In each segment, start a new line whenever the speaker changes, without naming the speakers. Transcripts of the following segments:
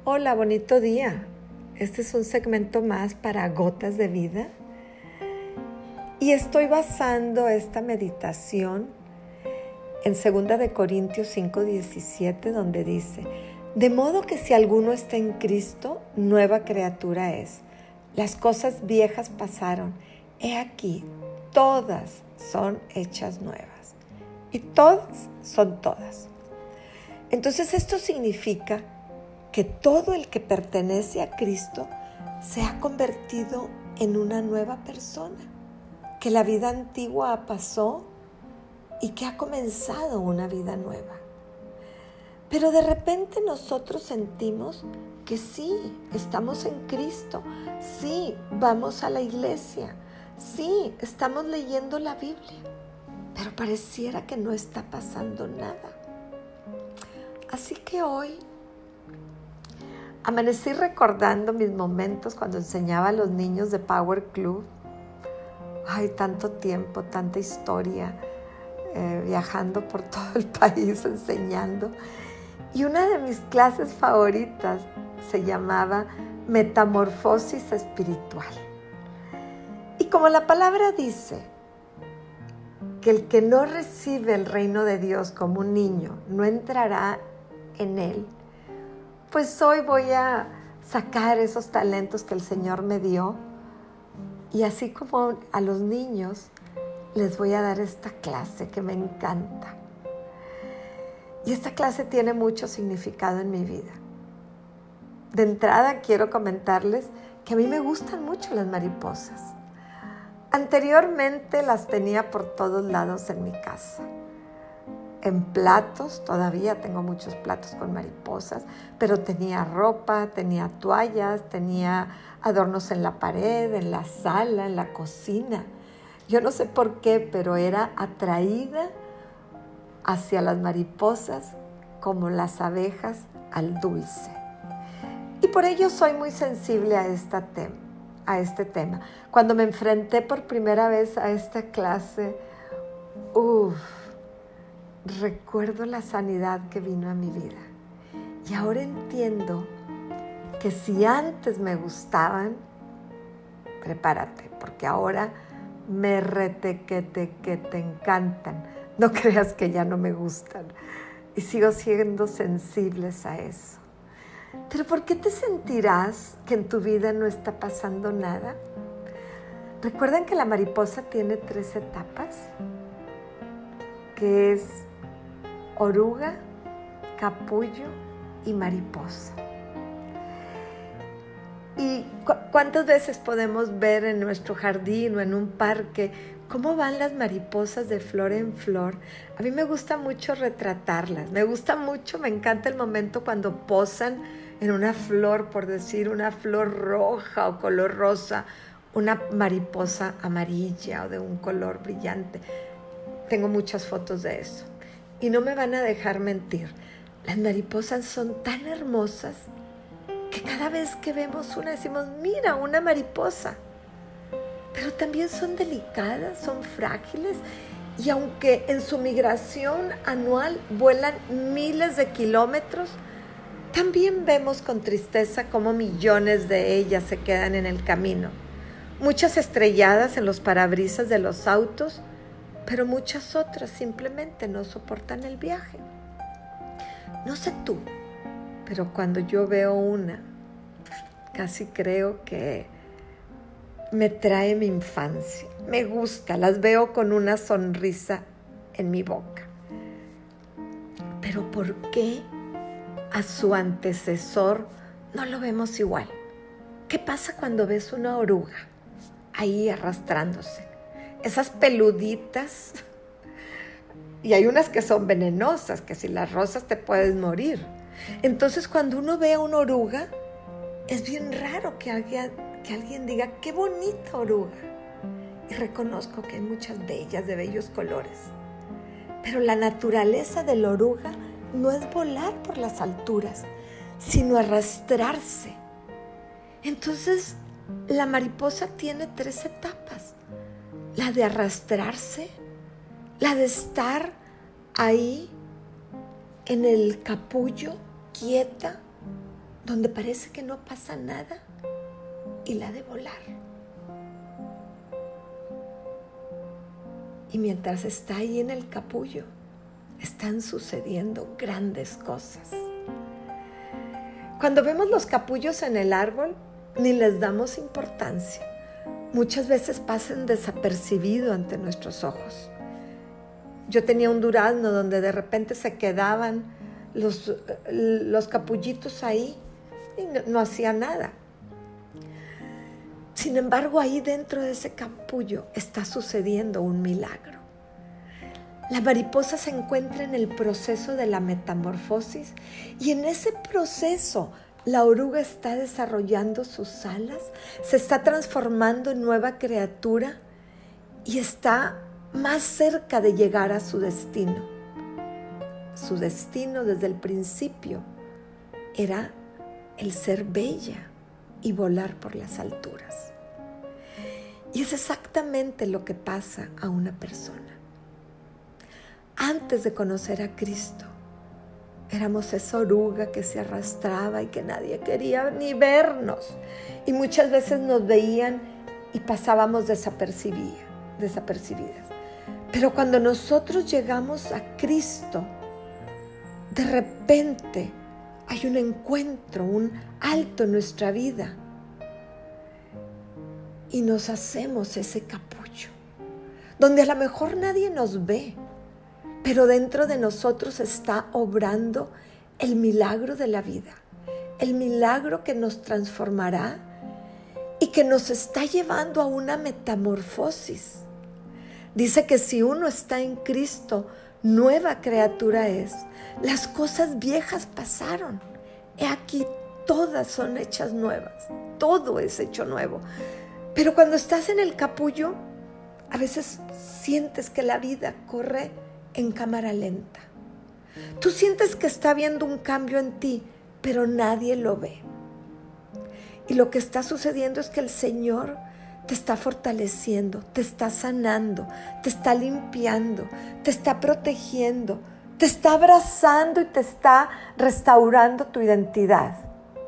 Hola, bonito día. Este es un segmento más para Gotas de Vida y estoy basando esta meditación en 2 de Corintios 5:17, donde dice: de modo que si alguno está en Cristo, nueva criatura es. Las cosas viejas pasaron, he aquí, todas son hechas nuevas. Y todas son todas. Entonces esto significa que todo el que pertenece a Cristo se ha convertido en una nueva persona, que la vida antigua pasó y que ha comenzado una vida nueva. Pero de repente nosotros sentimos que sí, estamos en Cristo, sí, vamos a la iglesia, sí, estamos leyendo la Biblia, pero pareciera que no está pasando nada. Así que hoy amanecí recordando mis momentos cuando enseñaba a los niños de Power Club. Ay, tanto tiempo, tanta historia, viajando por todo el país enseñando. Y una de mis clases favoritas se llamaba Metamorfosis Espiritual. Y como la palabra dice que el que no recibe el reino de Dios como un niño no entrará en él, pues hoy voy a sacar esos talentos que el Señor me dio y así como a los niños les voy a dar esta clase que me encanta. Y esta clase tiene mucho significado en mi vida. De entrada quiero comentarles que a mí me gustan mucho las mariposas. Anteriormente las tenía por todos lados en mi casa. En platos, todavía tengo muchos platos con mariposas, pero tenía ropa, tenía toallas, tenía adornos en la pared, en la sala, en la cocina. Yo no sé por qué, pero era atraída hacia las mariposas como las abejas al dulce. Y por ello soy muy sensible a este tema. Cuando me enfrenté por primera vez a esta clase, recuerdo la sanidad que vino a mi vida. Y ahora entiendo que si antes me gustaban, prepárate, porque ahora que te encantan. No creas que ya no me gustan. Y sigo siendo sensibles a eso. Pero ¿por qué te sentirás que en tu vida no está pasando nada? ¿Recuerdan que la mariposa tiene 3 etapas? Que es oruga, capullo y mariposa. ¿Y cuántas veces podemos ver en nuestro jardín o en un parque cómo van las mariposas de flor en flor? A mí me gusta mucho retratarlas. Me encanta el momento cuando posan en una flor, por decir una flor roja o color rosa, una mariposa amarilla o de un color brillante. Tengo muchas fotos de eso. Y no me van a dejar mentir, las mariposas son tan hermosas que cada vez que vemos una decimos, mira, una mariposa. Pero también son delicadas, son frágiles y aunque en su migración anual vuelan miles de kilómetros, también vemos con tristeza cómo millones de ellas se quedan en el camino. Muchas estrelladas en los parabrisas de los autos, pero muchas otras simplemente no soportan el viaje. No sé tú, pero cuando yo veo una, casi creo que me trae mi infancia. Me gusta, las veo con una sonrisa en mi boca. Pero ¿por qué a su antecesor no lo vemos igual? ¿Qué pasa cuando ves una oruga ahí arrastrándose? Esas peluditas, y hay unas que son venenosas, que si las rozas te puedes morir. Entonces cuando uno ve a una oruga, es bien raro que alguien diga, qué bonita oruga. Y reconozco que hay muchas bellas, de bellos colores. Pero la naturaleza de la oruga no es volar por las alturas, sino arrastrarse. Entonces, la mariposa tiene 3 etapas. La de arrastrarse, la de estar ahí en el capullo, quieta, donde parece que no pasa nada y la de volar. Y mientras está ahí en el capullo, están sucediendo grandes cosas. Cuando vemos los capullos en el árbol, ni les damos importancia. Muchas veces pasan desapercibidos ante nuestros ojos. Yo tenía un durazno donde de repente se quedaban los capullitos ahí y no hacía nada. Sin embargo, ahí dentro de ese capullo está sucediendo un milagro. La mariposa se encuentra en el proceso de la metamorfosis y en ese proceso la oruga está desarrollando sus alas, se está transformando en nueva criatura y está más cerca de llegar a su destino. Su destino desde el principio era el ser bella y volar por las alturas. Y es exactamente lo que pasa a una persona. Antes de conocer a Cristo, éramos esa oruga que se arrastraba y que nadie quería ni vernos. Y muchas veces nos veían y pasábamos desapercibidas. Pero cuando nosotros llegamos a Cristo, de repente hay un encuentro, un alto en nuestra vida. Y nos hacemos ese capullo, donde a lo mejor nadie nos ve, pero dentro de nosotros está obrando el milagro de la vida, el milagro que nos transformará y que nos está llevando a una metamorfosis. Dice que si uno está en Cristo, nueva criatura es. Las cosas viejas pasaron. He aquí, todas son hechas nuevas. Todo es hecho nuevo. Pero cuando estás en el capullo, a veces sientes que la vida corre en cámara lenta. Tú sientes que está habiendo un cambio en ti, pero nadie lo ve. Y lo que está sucediendo es que el Señor te está fortaleciendo, te está sanando, te está limpiando, te está protegiendo, te está abrazando y te está restaurando tu identidad.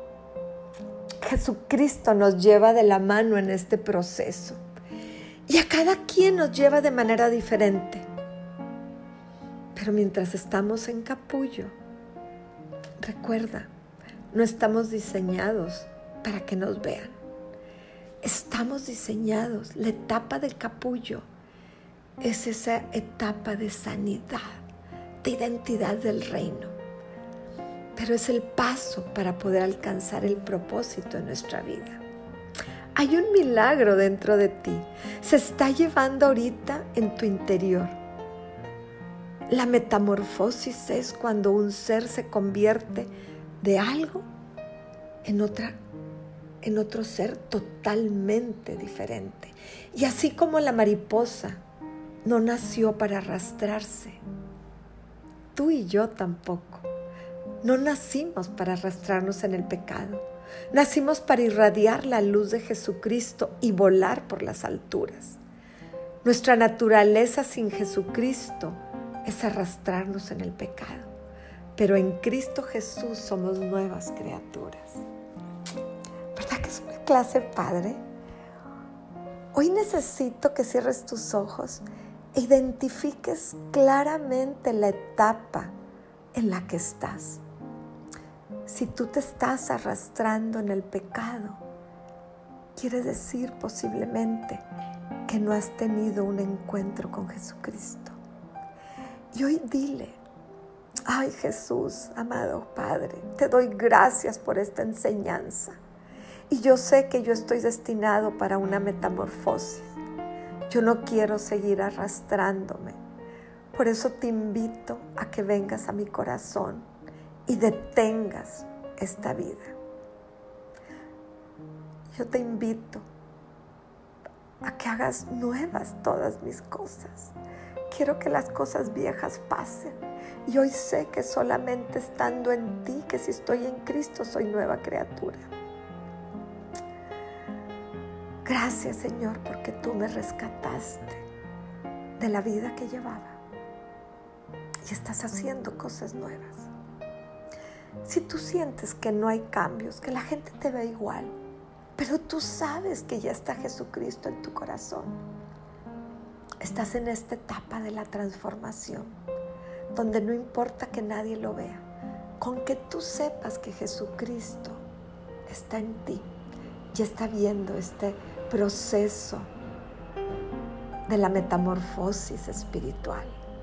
Jesucristo nos lleva de la mano en este proceso y a cada quien nos lleva de manera diferente. Pero mientras estamos en capullo, recuerda, no estamos diseñados para que nos vean. Estamos diseñados, la etapa del capullo es esa etapa de sanidad, de identidad del reino. Pero es el paso para poder alcanzar el propósito en nuestra vida. Hay un milagro dentro de ti. Se está llevando ahorita en tu interior. La metamorfosis es cuando un ser se convierte de algo en otro ser totalmente diferente. Y así como la mariposa no nació para arrastrarse, tú y yo tampoco. No nacimos para arrastrarnos en el pecado. Nacimos para irradiar la luz de Jesucristo y volar por las alturas. Nuestra naturaleza sin Jesucristo es arrastrarnos en el pecado. Pero en Cristo Jesús somos nuevas criaturas. ¿Verdad que es una clase padre? Hoy necesito que cierres tus ojos e identifiques claramente la etapa en la que estás. Si tú te estás arrastrando en el pecado, quiere decir posiblemente que no has tenido un encuentro con Jesucristo. Y hoy dile: ay Jesús, amado Padre, te doy gracias por esta enseñanza. Y yo sé que yo estoy destinado para una metamorfosis. Yo no quiero seguir arrastrándome. Por eso te invito a que vengas a mi corazón y detengas esta vida. Yo te invito a que hagas nuevas todas mis cosas. Quiero que las cosas viejas pasen. Y hoy sé que solamente estando en ti, que si estoy en Cristo, soy nueva criatura. Gracias, Señor, porque tú me rescataste de la vida que llevaba y estás haciendo cosas nuevas. Si tú sientes que no hay cambios, que la gente te ve igual, pero tú sabes que ya está Jesucristo en tu corazón, estás en esta etapa de la transformación, donde no importa que nadie lo vea, con que tú sepas que Jesucristo está en ti, ya está viendo este proceso de la metamorfosis espiritual.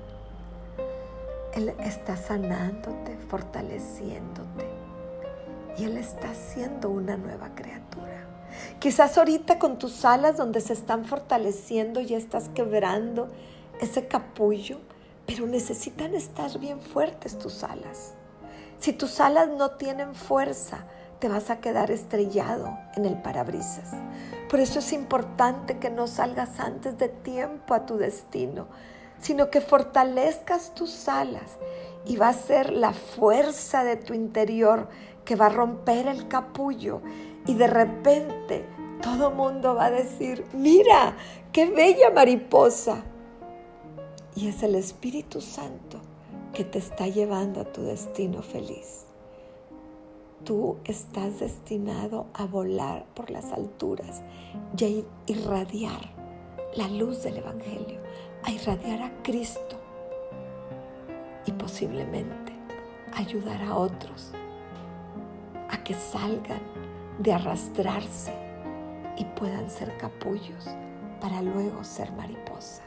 Él está sanándote, fortaleciéndote, y Él está haciendo una nueva criatura. Quizás ahorita con tus alas donde se están fortaleciendo ya estás quebrando ese capullo, pero necesitan estar bien fuertes tus alas. Si tus alas no tienen fuerza, te vas a quedar estrellado en el parabrisas. Por eso es importante que no salgas antes de tiempo a tu destino, sino que fortalezcas tus alas, y va a ser la fuerza de tu interior que va a romper el capullo, y de repente todo mundo va a decir: mira, qué bella mariposa. Y es el Espíritu Santo que te está llevando a tu destino feliz. Tú estás destinado a volar por las alturas y a irradiar la luz del Evangelio, a irradiar a Cristo, y posiblemente ayudar a otros a que salgan de arrastrarse y puedan ser capullos para luego ser mariposa.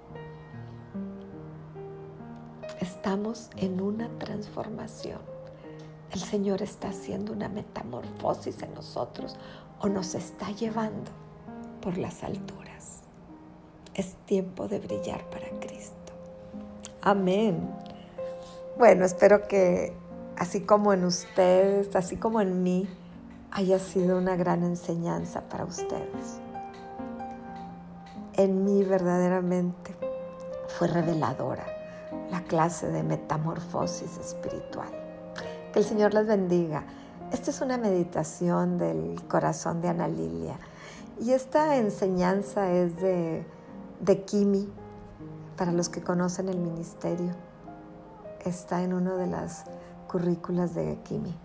Estamos en una transformación. El Señor está haciendo una metamorfosis en nosotros, o nos está llevando por las alturas. Es tiempo de brillar para Cristo. Amén. Bueno, espero que así como en ustedes, así como en mí, haya sido una gran enseñanza para ustedes. En mí verdaderamente fue reveladora la clase de metamorfosis espiritual. Que el Señor les bendiga. Esta es una meditación del corazón de Ana Lilia, y esta enseñanza es de Kimi. Para los que conocen el ministerio, está en una de las currículas de Kimi.